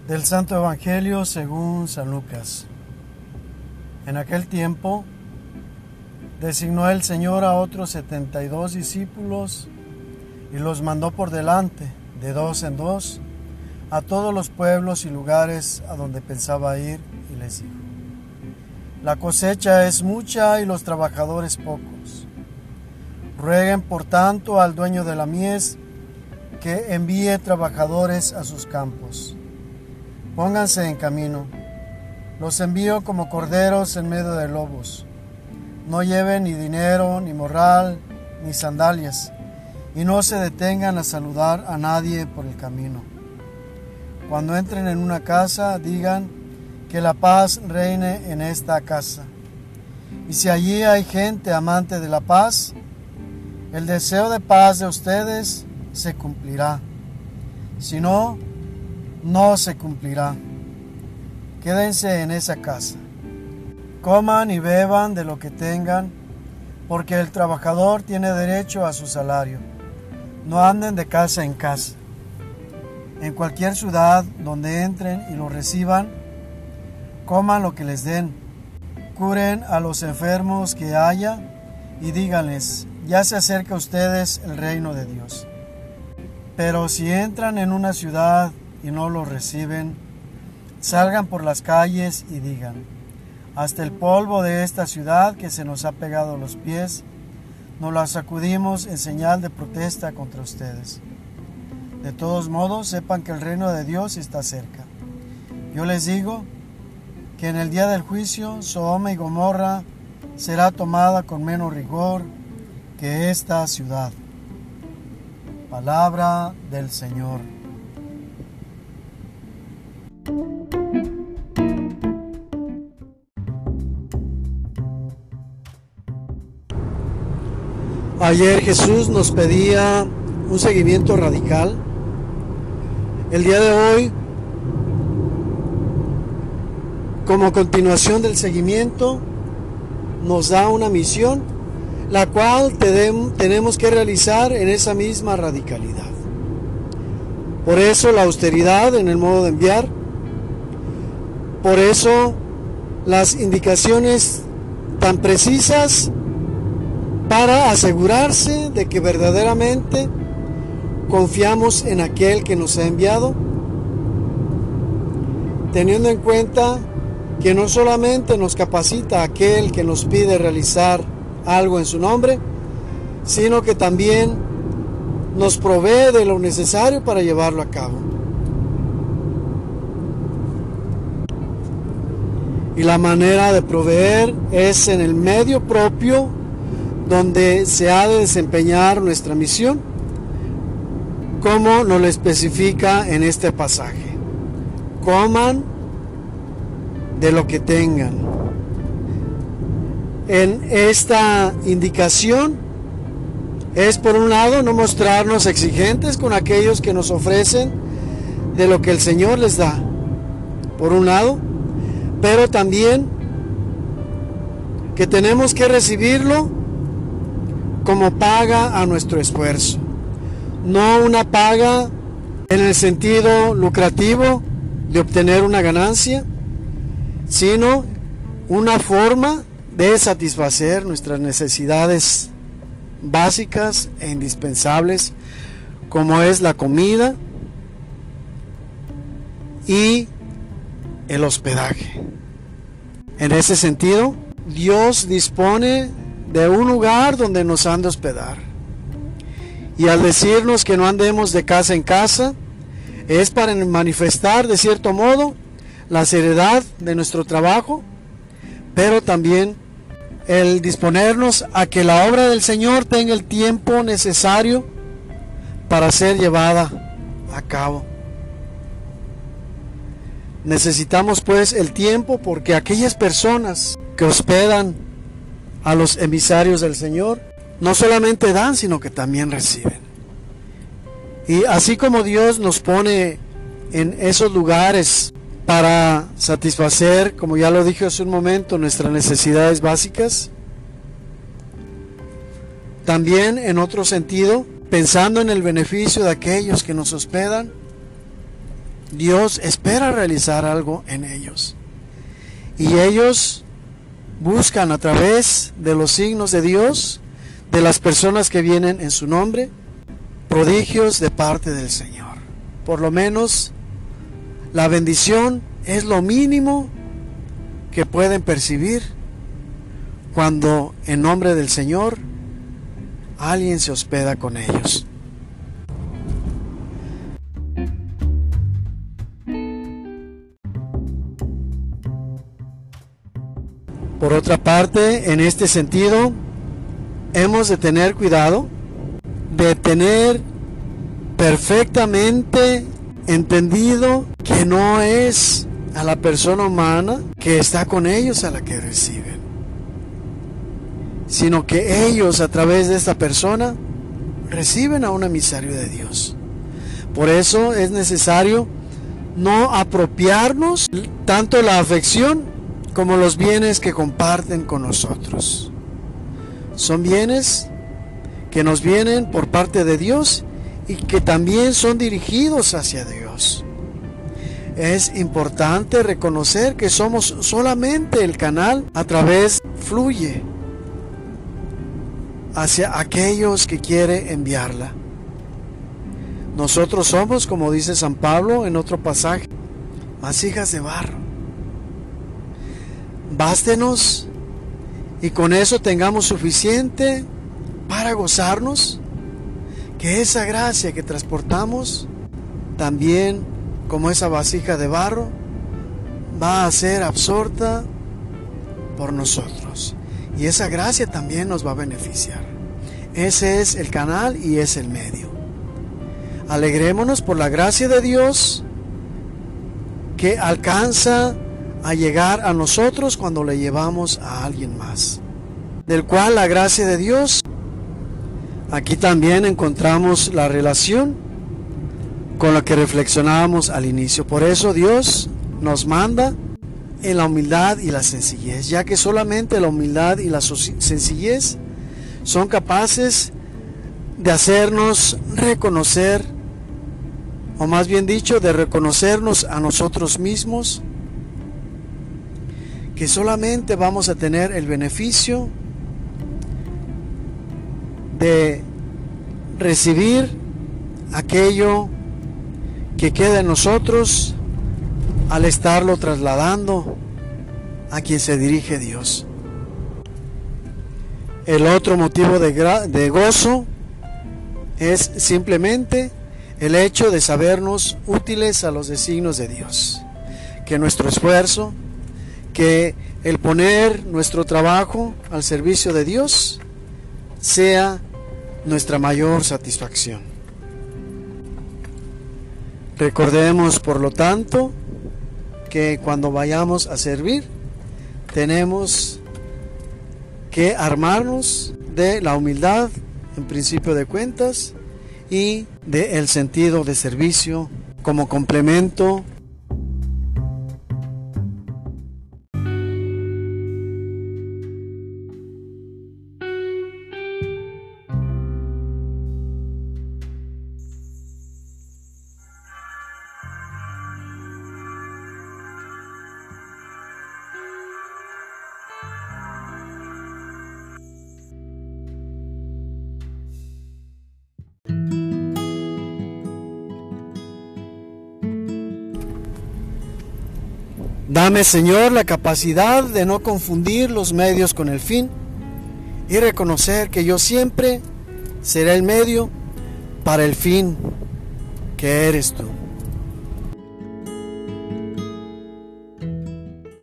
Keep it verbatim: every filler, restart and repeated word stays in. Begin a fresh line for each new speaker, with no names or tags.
Del Santo Evangelio según San Lucas. En aquel tiempo designó el Señor a otros setenta y dos discípulos y los mandó por delante, de dos en dos, a todos los pueblos y lugares a donde pensaba ir, y les dijo: La cosecha es mucha y los trabajadores pocos. Rueguen por tanto al dueño de la mies que envíe trabajadores a sus campos. Pónganse en camino. Los envío como corderos en medio de lobos. No lleven ni dinero, ni morral, ni sandalias, y no se detengan a saludar a nadie por el camino. Cuando entren en una casa, digan que la paz reine en esta casa. Y si allí hay gente amante de la paz, el deseo de paz de ustedes se cumplirá. Si no, no se cumplirá. Quédense en esa casa. Coman y beban de lo que tengan, porque el trabajador tiene derecho a su salario. No anden de casa en casa. En cualquier ciudad donde entren y lo reciban, coman lo que les den. Curen a los enfermos que haya y díganles: ya se acerca a ustedes el reino de Dios. Pero si entran en una ciudad y no los reciben, salgan por las calles y digan: hasta el polvo de esta ciudad que se nos ha pegado a los pies, nos la sacudimos en señal de protesta contra ustedes. De todos modos, sepan que el reino de Dios está cerca. Yo les digo que en el día del juicio, Sodoma y Gomorra será tomada con menos rigor que esta ciudad. Palabra del Señor. Ayer Jesús nos pedía un seguimiento radical. El día de hoy, como continuación del seguimiento, nos da una misión, la cual tenemos que realizar en esa misma radicalidad. Por eso la austeridad en el modo de enviar, por eso las indicaciones tan precisas para asegurarse de que verdaderamente confiamos en aquel que nos ha enviado, teniendo en cuenta que no solamente nos capacita aquel que nos pide realizar algo en su nombre, sino que también nos provee de lo necesario para llevarlo a cabo. Y la manera de proveer es en el medio propio donde se ha de desempeñar nuestra misión, como nos lo especifica en este pasaje: coman de lo que tengan. En esta indicación es, por un lado, no mostrarnos exigentes con aquellos que nos ofrecen de lo que el Señor les da, por un lado, pero también que tenemos que recibirlo como paga a nuestro esfuerzo, no una paga en el sentido lucrativo de obtener una ganancia, sino una forma de satisfacer nuestras necesidades básicas e indispensables, como es la comida y el hospedaje. En ese sentido, Dios dispone de un lugar donde nos han de hospedar, y al decirnos que no andemos de casa en casa, es para manifestar de cierto modo la seriedad de nuestro trabajo, pero también el disponernos a que la obra del Señor tenga el tiempo necesario para ser llevada a cabo. Necesitamos pues el tiempo, porque aquellas personas que hospedan a los emisarios del Señor no solamente dan, sino que también reciben. Y así como Dios nos pone en esos lugares para satisfacer, como ya lo dije hace un momento, nuestras necesidades básicas, también en otro sentido, pensando en el beneficio de aquellos que nos hospedan, Dios espera realizar algo en ellos. Y ellos buscan a través de los signos de Dios, de las personas que vienen en su nombre, prodigios de parte del Señor. Por lo menos la bendición es lo mínimo que pueden percibir cuando en nombre del Señor alguien se hospeda con ellos. Por otra parte, en este sentido, hemos de tener cuidado de tener perfectamente entendido que no es a la persona humana que está con ellos a la que reciben, sino que ellos a través de esta persona reciben a un emisario de Dios. Por eso es necesario no apropiarnos tanto la afección como los bienes que comparten con nosotros. Son bienes que nos vienen por parte de Dios y que también son dirigidos hacia Dios. Es importante reconocer que somos solamente el canal a través fluye hacia aquellos que quiere enviarla. Nosotros somos, como dice San Pablo en otro pasaje, vasijas de barro. Bástenos y con eso tengamos suficiente para gozarnos, que esa gracia que transportamos, también como esa vasija de barro, va a ser absorta por nosotros. Y esa gracia también nos va a beneficiar. Ese es el canal y es el medio. Alegrémonos por la gracia de Dios que alcanza a llegar a nosotros cuando le llevamos a alguien más. Del cual la gracia de Dios, aquí también encontramos la relación con la que reflexionábamos al inicio. Por eso Dios nos manda en la humildad y la sencillez, ya que solamente la humildad y la sencillez son capaces de hacernos reconocer, o más bien dicho, de reconocernos a nosotros mismos, que solamente vamos a tener el beneficio de recibir aquello que queda en nosotros al estarlo trasladando a quien se dirige Dios. El otro motivo de, de gozo es simplemente el hecho de sabernos útiles a los designios de Dios, que nuestro esfuerzo, que el poner nuestro trabajo al servicio de Dios sea nuestra mayor satisfacción. Recordemos, por lo tanto, que cuando vayamos a servir, tenemos que armarnos de la humildad, en principio de cuentas, y del sentido de servicio como complemento. Dame, Señor, la capacidad de no confundir los medios con el fin y reconocer que yo siempre seré el medio para el fin que eres tú.